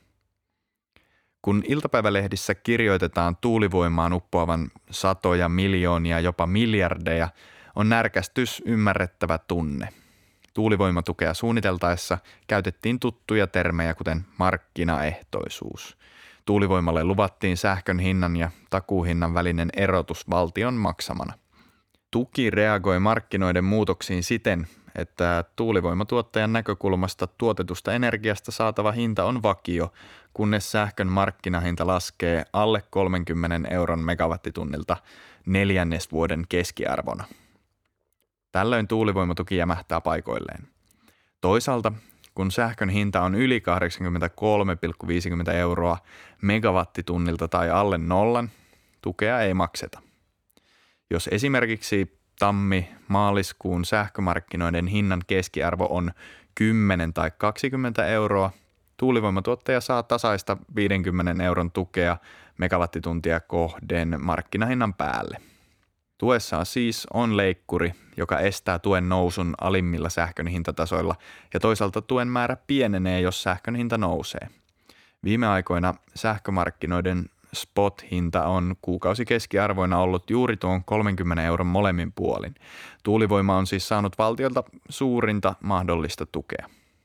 Kun iltapäivälehdissä kirjoitetaan tuulivoimaan uppoavan satoja, miljoonia, jopa miljardeja, on närkästys ymmärrettävä tunne. Tuulivoimatukea suunniteltaessa käytettiin tuttuja termejä, kuten markkinaehtoisuus. Tuulivoimalle luvattiin sähkön hinnan ja takuuhinnan välinen erotus valtion maksamana. Tuki reagoi markkinoiden muutoksiin siten, että tuulivoimatuottajan näkökulmasta tuotetusta energiasta saatava hinta on vakio, kunnes sähkön markkinahinta laskee alle kolmenkymmenen euron megawattitunnilta neljännesvuoden keskiarvona. Tällöin tuulivoimatuki jämähtää paikoilleen. Toisaalta, kun sähkön hinta on yli kahdeksankymmentäkolme pilkku viisikymmentä euroa megawattitunnilta tai alle nollan, tukea ei makseta. Jos esimerkiksi tammi-maaliskuun sähkömarkkinoiden hinnan keskiarvo on kymmenen tai kaksikymmentä euroa, tuulivoimatuottaja saa tasaista viidenkymmenen euron tukea megawattituntia kohden markkinahinnan päälle. Tuessa siis on leikkuri, joka estää tuen nousun alimmilla sähkön hintatasoilla ja toisaalta tuen määrä pienenee, jos sähkön hinta nousee. Viime aikoina sähkömarkkinoiden spot-hinta on kuukausikeskiarvoina ollut juuri tuon kolmenkymmenen euron molemmin puolin. Tuulivoima on siis saanut valtiolta suurinta mahdollista tukea.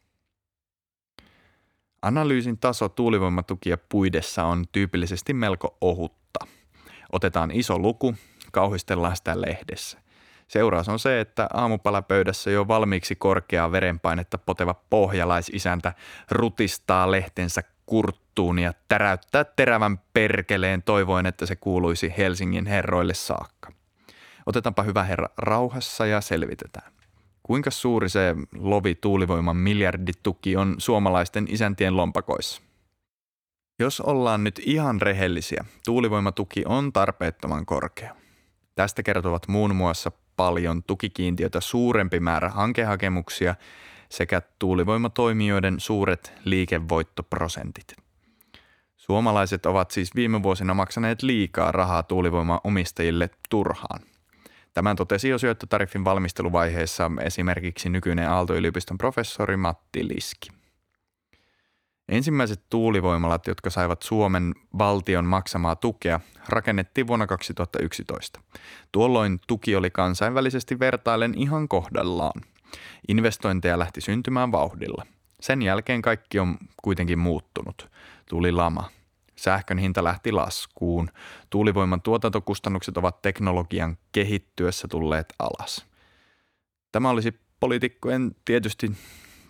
Analyysin taso tuulivoimatukia puidessa on tyypillisesti melko ohutta. Otetaan iso luku, kauhistellaan sitä lehdessä. Seuraus on se, että aamupalapöydässä jo valmiiksi korkeaa verenpainetta poteva pohjalaisisäntä rutistaa lehtensä kurttuun ja täräyttää terävän perkeleen toivoen, että se kuuluisi Helsingin herroille saakka. Otetaanpa hyvä herra rauhassa ja selvitetään. Kuinka suuri se lovi tuulivoiman miljardituki on suomalaisten isäntien lompakoissa? Jos ollaan nyt ihan rehellisiä, tuulivoimatuki on tarpeettoman korkea. Tästä kertovat muun muassa paljon tukikiintiötä suurempi määrä hankehakemuksia sekä tuulivoimatoimijoiden suuret liikevoittoprosentit. Suomalaiset ovat siis viime vuosina maksaneet liikaa rahaa tuulivoiman omistajille turhaan. Tämän totesi jo syöttötariffin valmisteluvaiheessa esimerkiksi nykyinen Aalto-yliopiston professori Matti Liski. Ensimmäiset tuulivoimalat, jotka saivat Suomen valtion maksamaa tukea, rakennettiin vuonna kaksituhattayksitoista. Tuolloin tuki oli kansainvälisesti vertaillen ihan kohdallaan. Investointeja lähti syntymään vauhdilla. Sen jälkeen kaikki on kuitenkin muuttunut. Tuli lama. Sähkön hinta lähti laskuun. Tuulivoiman tuotantokustannukset ovat teknologian kehittyessä tulleet alas. Tämä olisi poliitikkojen tietysti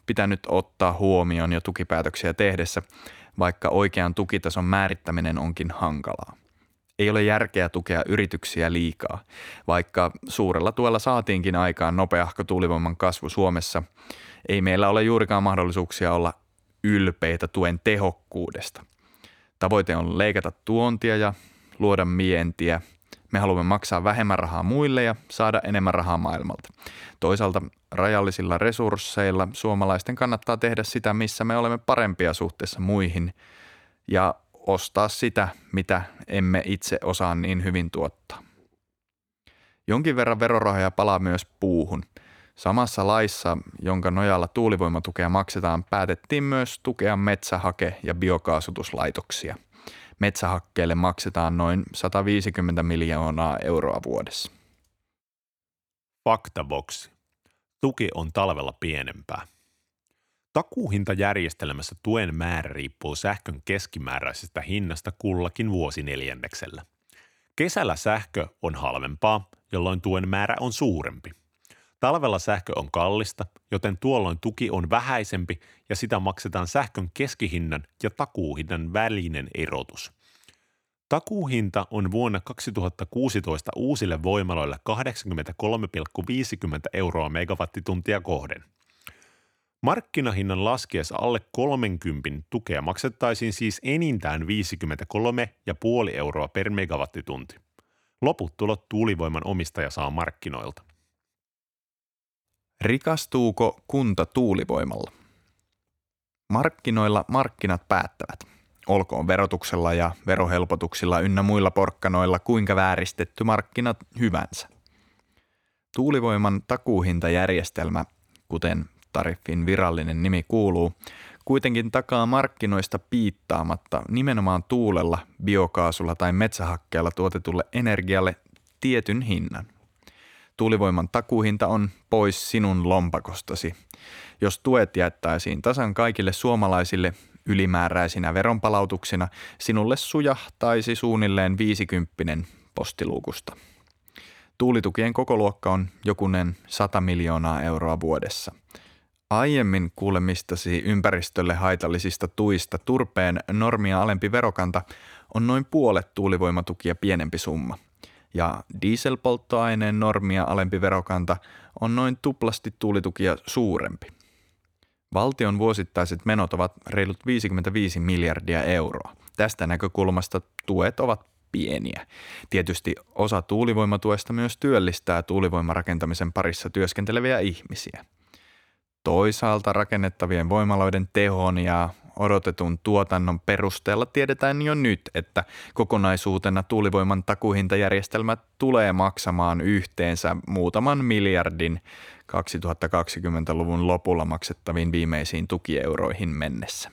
pitänyt ottaa huomioon jo tukipäätöksiä tehdessä, vaikka oikean tukitason määrittäminen onkin hankalaa. Ei ole järkeä tukea yrityksiä liikaa, vaikka suurella tuella saatiinkin aikaan nopeahko tuulivoiman kasvu Suomessa. Ei meillä ole juurikaan mahdollisuuksia olla ylpeitä tuen tehokkuudesta. Tavoite on leikata tuontia ja luoda vientiä. Me haluamme maksaa vähemmän rahaa muille ja saada enemmän rahaa maailmalta. Toisaalta rajallisilla resursseilla suomalaisten kannattaa tehdä sitä, missä me olemme parempia suhteessa muihin ja ostaa sitä, mitä emme itse osaa niin hyvin tuottaa. Jonkin verran verorahoja palaa myös puuhun. Samassa laissa, jonka nojalla tuulivoimatukea maksetaan, päätettiin myös tukea metsähake- ja biokaasutuslaitoksia. Metsähakkeelle maksetaan noin sata viisikymmentä miljoonaa euroa vuodessa. Faktaboksi. Tuki on talvella pienempää. Takuuhintajärjestelmässä tuen määrä riippuu sähkön keskimääräisestä hinnasta kullakin vuosineljänneksellä. Kesällä sähkö on halvempaa, jolloin tuen määrä on suurempi. Talvella sähkö on kallista, joten tuolloin tuki on vähäisempi ja sitä maksetaan sähkön keskihinnan ja takuuhinnan välinen erotus. Takuuhinta on vuonna kaksituhattakuusitoista uusille voimaloille kahdeksankymmentäkolme pilkku viisikymmentä euroa megawattituntia kohden. Markkinahinnan laskiessa alle kolmekymmentä tukea maksettaisiin siis enintään viisikymmentäkolme pilkku viisi euroa per megawattitunti. Loput tulot tuulivoiman omistaja saa markkinoilta. Rikastuuko kunta tuulivoimalla? Markkinoilla markkinat päättävät. Olkoon verotuksella ja verohelpotuksilla ynnä muilla porkkanoilla kuinka vääristetty markkinat hyvänsä. Tuulivoiman takuuhintajärjestelmä, kuten tariffin virallinen nimi kuuluu, kuitenkin takaa markkinoista piittaamatta nimenomaan tuulella, biokaasulla tai metsähakkeella tuotetulle energialle tietyn hinnan. Tuulivoiman takuuhinta on pois sinun lompakostasi. Jos tuet jättäisiin tasan kaikille suomalaisille ylimääräisinä veronpalautuksina, sinulle sujahtaisi suunnilleen viisikymppinen postiluukusta. Tuulitukien kokoluokka on jokunen sata miljoonaa euroa vuodessa. Aiemmin kuulemistasi ympäristölle haitallisista tuista turpeen normia alempi verokanta on noin puolet tuulivoimatukia pienempi summa. Ja dieselpolttoaineen normia alempi verokanta on noin tuplasti tuulitukia suurempi. Valtion vuosittaiset menot ovat reilut viisikymmentäviisi miljardia euroa. Tästä näkökulmasta tuet ovat pieniä. Tietysti osa tuulivoimatuesta myös työllistää tuulivoimarakentamisen parissa työskenteleviä ihmisiä. Toisaalta rakennettavien voimaloiden tehon ja odotetun tuotannon perusteella tiedetään jo nyt, että kokonaisuutena tuulivoiman takuuhintajärjestelmä tulee maksamaan yhteensä muutaman miljardin kaksituhattakaksikymmentäluvun lopulla maksettaviin viimeisiin tukieuroihin mennessä.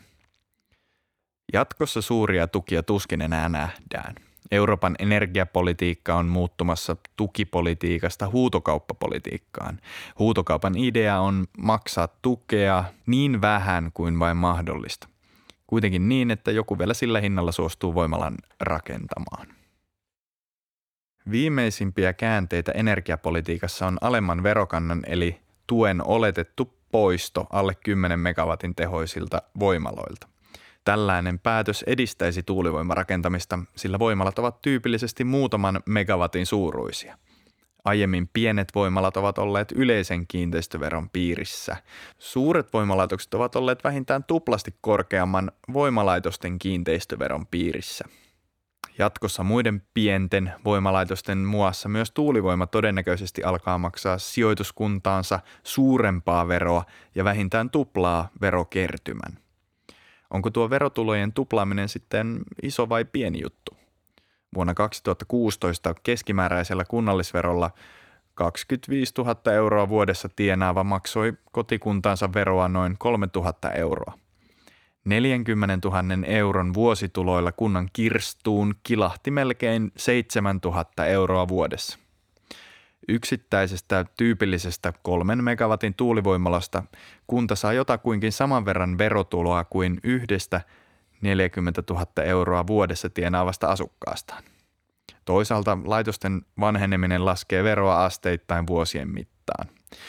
Jatkossa suuria tukia tuskin enää nähdään. Euroopan energiapolitiikka on muuttumassa tukipolitiikasta huutokauppapolitiikkaan. Huutokaupan idea on maksaa tukea niin vähän kuin vain mahdollista. Kuitenkin niin, että joku vielä sillä hinnalla suostuu voimalan rakentamaan. Viimeisimpiä käänteitä energiapolitiikassa on alemman verokannan eli tuen oletettu poisto alle kymmenen megawatin tehoisilta voimaloilta. Tällainen päätös edistäisi tuulivoimarakentamista, sillä voimalat ovat tyypillisesti muutaman megawatin suuruisia. Aiemmin pienet voimalat ovat olleet yleisen kiinteistöveron piirissä. Suuret voimalaitokset ovat olleet vähintään tuplasti korkeamman voimalaitosten kiinteistöveron piirissä. Jatkossa muiden pienten voimalaitosten muassa myös tuulivoima todennäköisesti alkaa maksaa sijoituskuntaansa suurempaa veroa ja vähintään tuplaa verokertymän. Onko tuo verotulojen tuplaaminen sitten iso vai pieni juttu? Vuonna kaksituhattakuusitoista keskimääräisellä kunnallisverolla kaksikymmentäviisituhatta euroa vuodessa tienaava maksoi kotikuntaansa veroa noin kolmetuhatta euroa. neljäkymmentätuhatta euron vuosituloilla kunnan kirstuun kilahti melkein seitsemäntuhatta euroa vuodessa. Yksittäisestä tyypillisestä kolmen megawatin tuulivoimalasta kunta saa jotakuinkin saman verran verotuloa kuin yhdestä neljäkymmentätuhatta euroa vuodessa tienaavasta asukkaastaan. Toisaalta laitosten vanheneminen laskee veroa asteittain vuosien mittaan.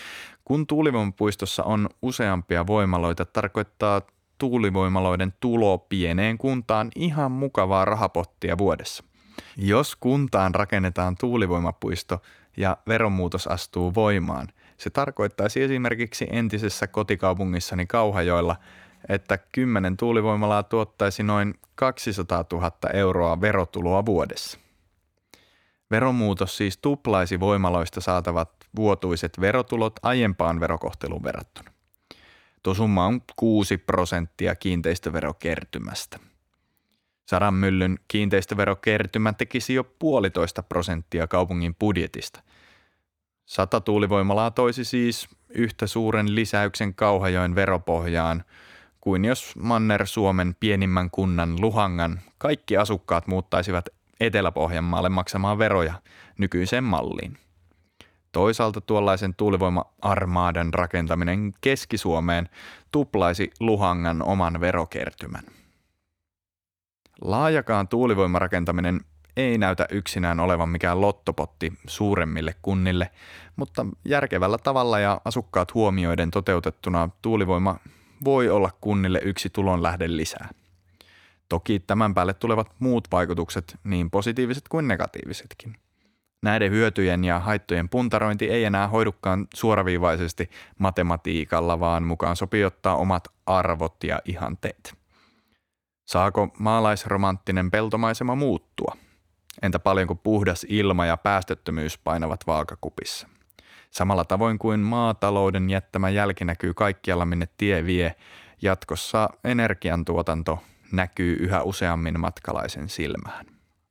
Kun tuulivoimapuistossa on useampia voimaloita, tarkoittaa tuulivoimaloiden tulo pieneen kuntaan ihan mukavaa rahapottia vuodessa. Jos kuntaan rakennetaan tuulivoimapuisto ja veromuutos astuu voimaan, se tarkoittaisi esimerkiksi entisessä kotikaupungissani Kauhajoella, että kymmenen tuulivoimalaa tuottaisi noin kaksisataatuhatta euroa verotuloa vuodessa. Veromuutos siis tuplaisi voimaloista saatavat vuotuiset verotulot aiempaan verokohteluun verrattuna. Tuo summa on kuusi prosenttia kiinteistöverokertymästä. Sadan myllyn kiinteistöverokertymä tekisi jo puolitoista prosenttia kaupungin budjetista. Sata tuulivoimalaa toisi siis yhtä suuren lisäyksen Kauhajoen veropohjaan kuin jos Manner-Suomen pienimmän kunnan Luhangan kaikki asukkaat muuttaisivat Etelä-Pohjanmaalle maksamaan veroja nykyiseen malliin. Toisaalta tuollaisen tuulivoima-armaadan rakentaminen Keski-Suomeen tuplaisi Luhangan oman verokertymän. Laajakaan tuulivoimarakentaminen ei näytä yksinään olevan mikään lottopotti suuremmille kunnille, mutta järkevällä tavalla ja asukkaat huomioiden toteutettuna tuulivoima voi olla kunnille yksi tulonlähde lisää. Toki tämän päälle tulevat muut vaikutukset, niin positiiviset kuin negatiivisetkin. Näiden hyötyjen ja haittojen puntarointi ei enää hoidukaan suoraviivaisesti matematiikalla, vaan mukaan sopii ottaa omat arvot ja ihanteet. Saako maalaisromanttinen peltomaisema muuttua? Entä paljonko puhdas ilma ja päästöttömyys painavat vaakakupissa? Samalla tavoin kuin maatalouden jättämä jälki näkyy kaikkialla, minne tie vie, jatkossa energiantuotanto näkyy yhä useammin matkalaisen silmään.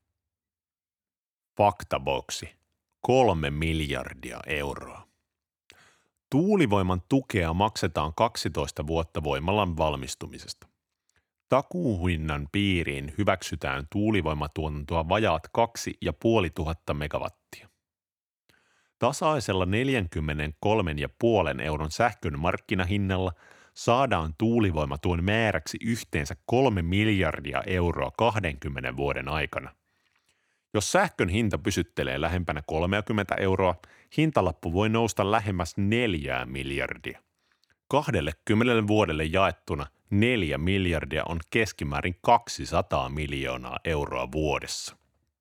Faktaboksi. Kolme miljardia euroa. Tuulivoiman tukea maksetaan kaksitoista vuotta voimalan valmistumisesta. Takuuhinnan piiriin hyväksytään tuulivoimatuotantoa vajaat kaksi ja puoli tuhatta megawattia. Tasaisella neljäkymmentäkolme pilkku viisi euron sähkön markkinahinnalla saadaan tuulivoimatuen määräksi yhteensä kolme miljardia euroa kahdenkymmenen vuoden aikana. Jos sähkön hinta pysyttelee lähempänä kolmekymmentä euroa, hintalappu voi nousta lähemmäs neljää miljardia. kaksikymmentä vuodelle jaettuna neljä miljardia on keskimäärin kaksisataa miljoonaa euroa vuodessa.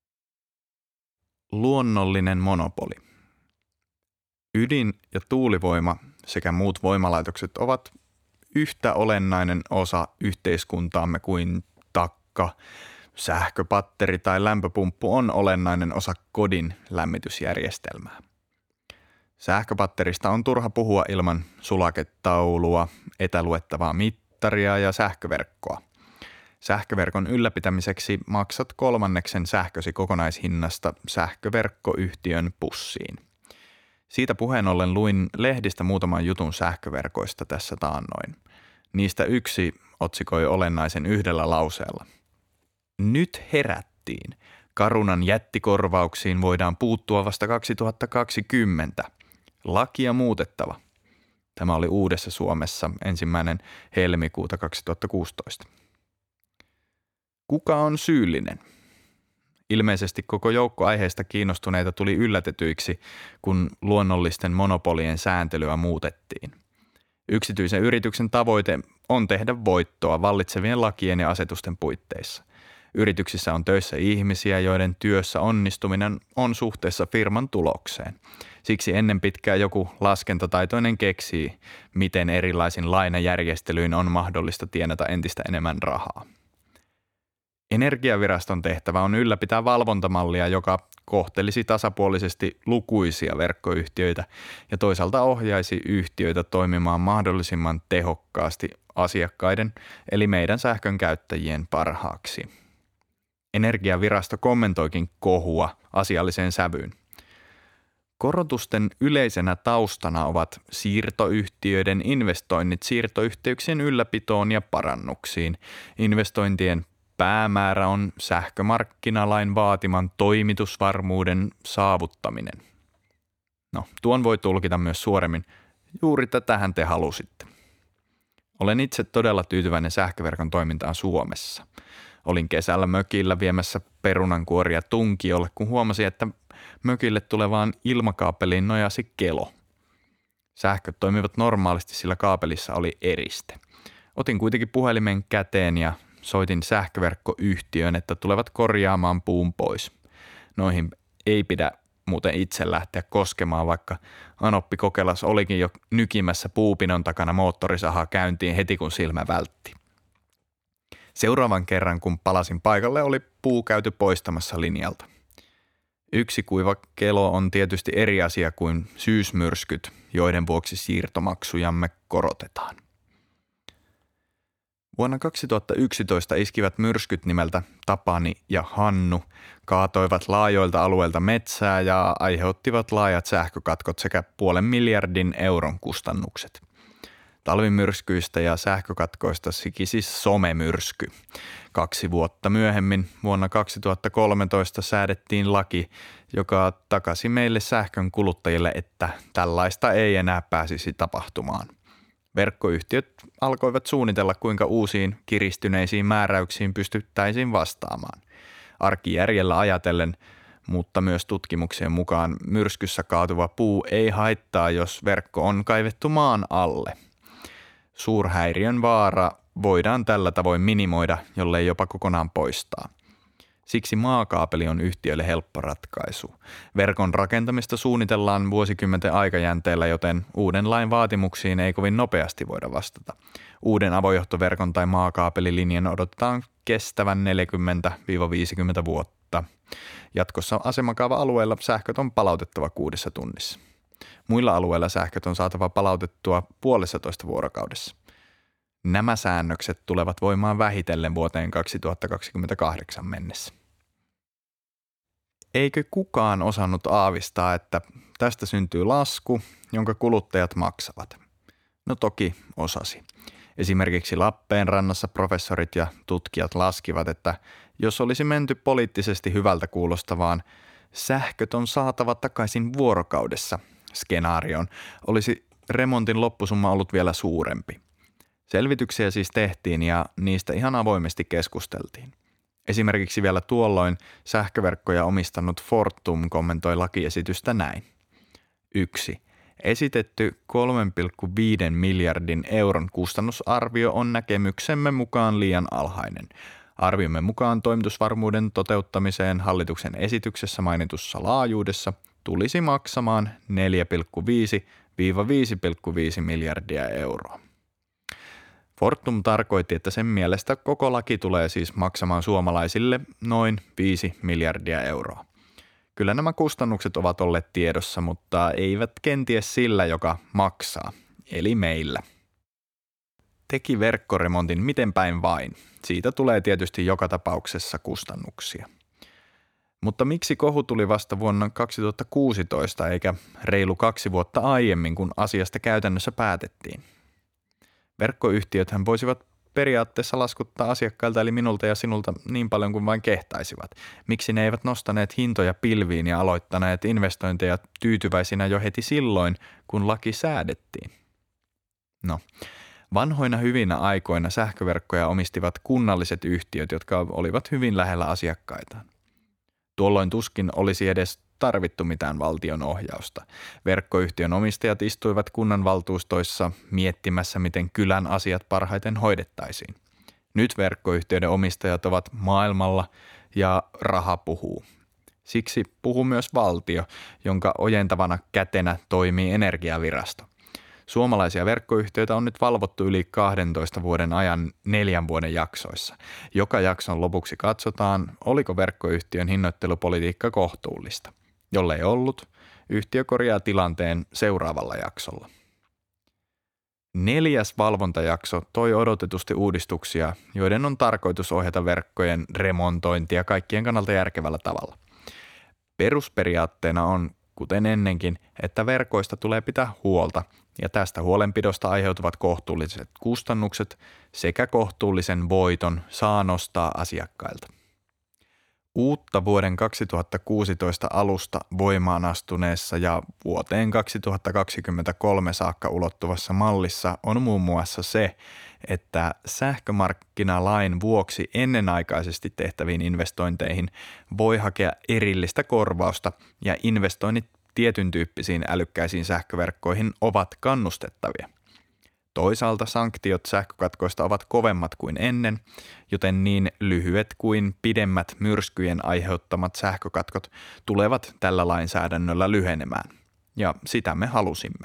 Luonnollinen monopoli. Ydin- ja tuulivoima sekä muut voimalaitokset ovat yhtä olennainen osa yhteiskuntaamme kuin takka, sähköpatteri tai lämpöpumppu on olennainen osa kodin lämmitysjärjestelmää. Sähköpatterista on turha puhua ilman sulaketaulua, etäluettavaa mittaria ja sähköverkkoa. Sähköverkon ylläpitämiseksi maksat kolmanneksen sähkösi kokonaishinnasta sähköverkkoyhtiön pussiin. Siitä puheen ollen luin lehdistä muutaman jutun sähköverkoista tässä taannoin. Niistä yksi otsikoi olennaisen yhdellä lauseella. Nyt herättiin. Carunan jättikorvauksiin voidaan puuttua vasta kaksituhattakaksikymmentä. Lakia muutettava. Tämä oli Uudessa Suomessa ensimmäinen helmikuuta kaksituhattakuusitoista. Kuka on syyllinen? Ilmeisesti koko joukko aiheesta kiinnostuneita tuli yllätetyiksi, kun luonnollisten monopolien sääntelyä muutettiin. Yksityisen yrityksen tavoite on tehdä voittoa vallitsevien lakien ja asetusten puitteissa. Yrityksissä on töissä ihmisiä, joiden työssä onnistuminen on suhteessa firman tulokseen. Siksi ennen pitkää joku laskentataitoinen keksii, miten erilaisin lainajärjestelyin on mahdollista tienata entistä enemmän rahaa. Energiaviraston tehtävä on ylläpitää valvontamallia, joka kohtelisi tasapuolisesti lukuisia verkkoyhtiöitä ja toisaalta ohjaisi yhtiöitä toimimaan mahdollisimman tehokkaasti asiakkaiden eli meidän sähkön käyttäjien parhaaksi. Energiavirasto kommentoikin kohua asialliseen sävyyn. Korotusten yleisenä taustana ovat siirtoyhtiöiden investoinnit siirtoyhteyksien ylläpitoon ja parannuksiin. Investointien päämäärä on sähkömarkkinalain vaatiman toimitusvarmuuden saavuttaminen. No, tuon voi tulkita myös suoremmin. Juuri tätähän te halusitte. Olen itse todella tyytyväinen sähköverkon toimintaan Suomessa. Olin kesällä mökillä viemässä perunankuoria tunkiolle, kun huomasin, että mökille tulevaan ilmakaapeliin nojasi kelo. Sähköt toimivat normaalisti, sillä kaapelissa oli eriste. Otin kuitenkin puhelimen käteen ja soitin sähköverkkoyhtiöön, että tulevat korjaamaan puun pois. Noihin ei pidä muuten itse lähteä koskemaan, vaikka Anoppi Kokelas olikin jo nykimässä puupinon takana moottorisahaa käyntiin heti kun silmä vältti. Seuraavan kerran kun palasin paikalle, oli puu käyty poistamassa linjalta. Yksi kuiva kelo on tietysti eri asia kuin syysmyrskyt, joiden vuoksi siirtomaksujamme korotetaan. Vuonna kaksituhattayksitoista iskivät myrskyt nimeltä Tapani ja Hannu kaatoivat laajoilta alueilta metsää ja aiheuttivat laajat sähkökatkot sekä puolen miljardin euron kustannukset. Talvimyrskyistä ja sähkökatkoista siki siis somemyrsky. Kaksi vuotta myöhemmin vuonna kaksituhattakolmetoista säädettiin laki, joka takasi meille sähkön kuluttajille, että tällaista ei enää pääsisi tapahtumaan. Verkkoyhtiöt alkoivat suunnitella, kuinka uusiin kiristyneisiin määräyksiin pystyttäisiin vastaamaan. Arkijärjellä ajatellen, mutta myös tutkimuksien mukaan myrskyssä kaatuva puu ei haittaa, jos verkko on kaivettu maan alle. Suurhäiriön vaara voidaan tällä tavoin minimoida, jollei jopa kokonaan poistaa. Siksi maakaapeli on yhtiöille helppo ratkaisu. Verkon rakentamista suunnitellaan vuosikymmenten aikajänteellä, joten uuden lain vaatimuksiin ei kovin nopeasti voida vastata. Uuden avojohtoverkon tai maakaapelilinjan odotetaan kestävän neljäkymmentä viisikymmentä vuotta. Jatkossa asemakaava-alueella sähköt on palautettava kuudessa tunnissa. Muilla alueilla sähköt on saatava palautettua puolessatoista vuorokaudessa. Nämä säännökset tulevat voimaan vähitellen vuoteen kaksituhattakaksikymmentäkahdeksan mennessä. Eikö kukaan osannut aavistaa, että tästä syntyy lasku, jonka kuluttajat maksavat? No toki osasi. Esimerkiksi Lappeenrannassa professorit ja tutkijat laskivat, että jos olisi menty poliittisesti hyvältä kuulostavaan sähköt on saatava takaisin vuorokaudessa skenaarioon, olisi remontin loppusumma ollut vielä suurempi. Selvityksiä siis tehtiin ja niistä ihan avoimesti keskusteltiin. Esimerkiksi vielä tuolloin sähköverkkoja omistanut Fortum kommentoi lakiesitystä näin. yksi. Esitetty kolme pilkku viisi miljardin euron kustannusarvio on näkemyksemme mukaan liian alhainen. Arviomme mukaan toimitusvarmuuden toteuttamiseen hallituksen esityksessä mainitussa laajuudessa tulisi maksamaan neljä pilkku viisi - viisi pilkku viisi miljardia euroa. Fortum tarkoitti, että sen mielestä koko laki tulee siis maksamaan suomalaisille noin viisi miljardia euroa. Kyllä nämä kustannukset ovat olleet tiedossa, mutta eivät kenties sillä, joka maksaa, eli meillä. Teki verkkoremontin miten päin vain. Siitä tulee tietysti joka tapauksessa kustannuksia. Mutta miksi kohu tuli vasta vuonna kaksituhattakuusitoista eikä reilu kaksi vuotta aiemmin, kun asiasta käytännössä päätettiin? Verkkoyhtiöthän voisivat periaatteessa laskuttaa asiakkailta eli minulta ja sinulta niin paljon kuin vain kehtaisivat. Miksi ne eivät nostaneet hintoja pilviin ja aloittaneet investointeja tyytyväisinä jo heti silloin, kun laki säädettiin? No, vanhoina hyvinä aikoina sähköverkkoja omistivat kunnalliset yhtiöt, jotka olivat hyvin lähellä asiakkaitaan. Tuolloin tuskin olisi edes tarvittu mitään valtion ohjausta. Verkkoyhtiön omistajat istuivat kunnanvaltuustoissa miettimässä, miten kylän asiat parhaiten hoidettaisiin. Nyt verkkoyhtiöiden omistajat ovat maailmalla ja raha puhuu. Siksi puhuu myös valtio, jonka ojentavana kätenä toimii Energiavirasto. Suomalaisia verkkoyhtiöitä on nyt valvottu yli kahdentoista vuoden ajan neljän vuoden jaksoissa. Joka jakson lopuksi katsotaan, oliko verkkoyhtiön hinnoittelupolitiikka kohtuullista. Jollei ollut, yhtiö korjaa tilanteen seuraavalla jaksolla. Neljäs valvontajakso toi odotetusti uudistuksia, joiden on tarkoitus ohjata verkkojen remontointia kaikkien kannalta järkevällä tavalla. Perusperiaatteena on, kuten ennenkin, että verkoista tulee pitää huolta ja tästä huolenpidosta aiheutuvat kohtuulliset kustannukset sekä kohtuullisen voiton saa nostaa asiakkailta. Uutta vuoden kaksituhattakuusitoista alusta voimaan astuneessa ja vuoteen kaksituhattakaksikymmentäkolme saakka ulottuvassa mallissa on muun muassa se, että sähkömarkkinalain vuoksi ennenaikaisesti tehtäviin investointeihin voi hakea erillistä korvausta ja investoinnit tietyn tyyppisiin älykkäisiin sähköverkkoihin ovat kannustettavia. Toisaalta sanktiot sähkökatkoista ovat kovemmat kuin ennen, joten niin lyhyet kuin pidemmät myrskyjen aiheuttamat sähkökatkot tulevat tällä lainsäädännöllä lyhenemään. Ja sitä me halusimme.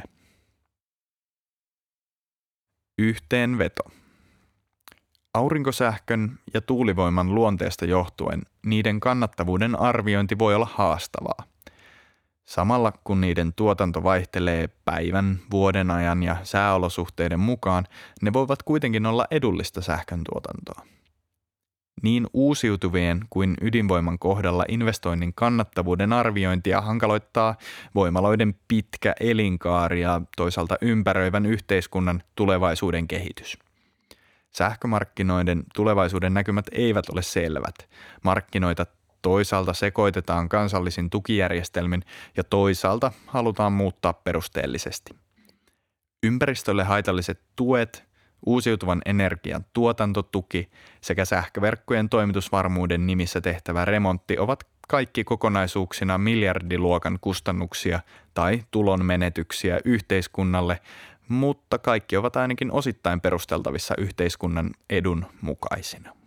Yhteenveto. Aurinkosähkön ja tuulivoiman luonteesta johtuen niiden kannattavuuden arviointi voi olla haastavaa. Samalla kun niiden tuotanto vaihtelee päivän, vuodenajan ja sääolosuhteiden mukaan, ne voivat kuitenkin olla edullista sähkön tuotantoa. Niin uusiutuvien kuin ydinvoiman kohdalla investoinnin kannattavuuden arviointia hankaloittaa voimaloiden pitkä elinkaari ja toisaalta ympäröivän yhteiskunnan tulevaisuuden kehitys. Sähkömarkkinoiden tulevaisuuden näkymät eivät ole selvät. Markkinoita toisaalta sekoitetaan kansallisin tukijärjestelmin ja toisaalta halutaan muuttaa perusteellisesti. Ympäristölle haitalliset tuet, uusiutuvan energian tuotantotuki sekä sähköverkkojen toimitusvarmuuden nimissä tehtävä remontti ovat kaikki kokonaisuuksina miljardiluokan kustannuksia tai tulonmenetyksiä yhteiskunnalle, mutta kaikki ovat ainakin osittain perusteltavissa yhteiskunnan edun mukaisina.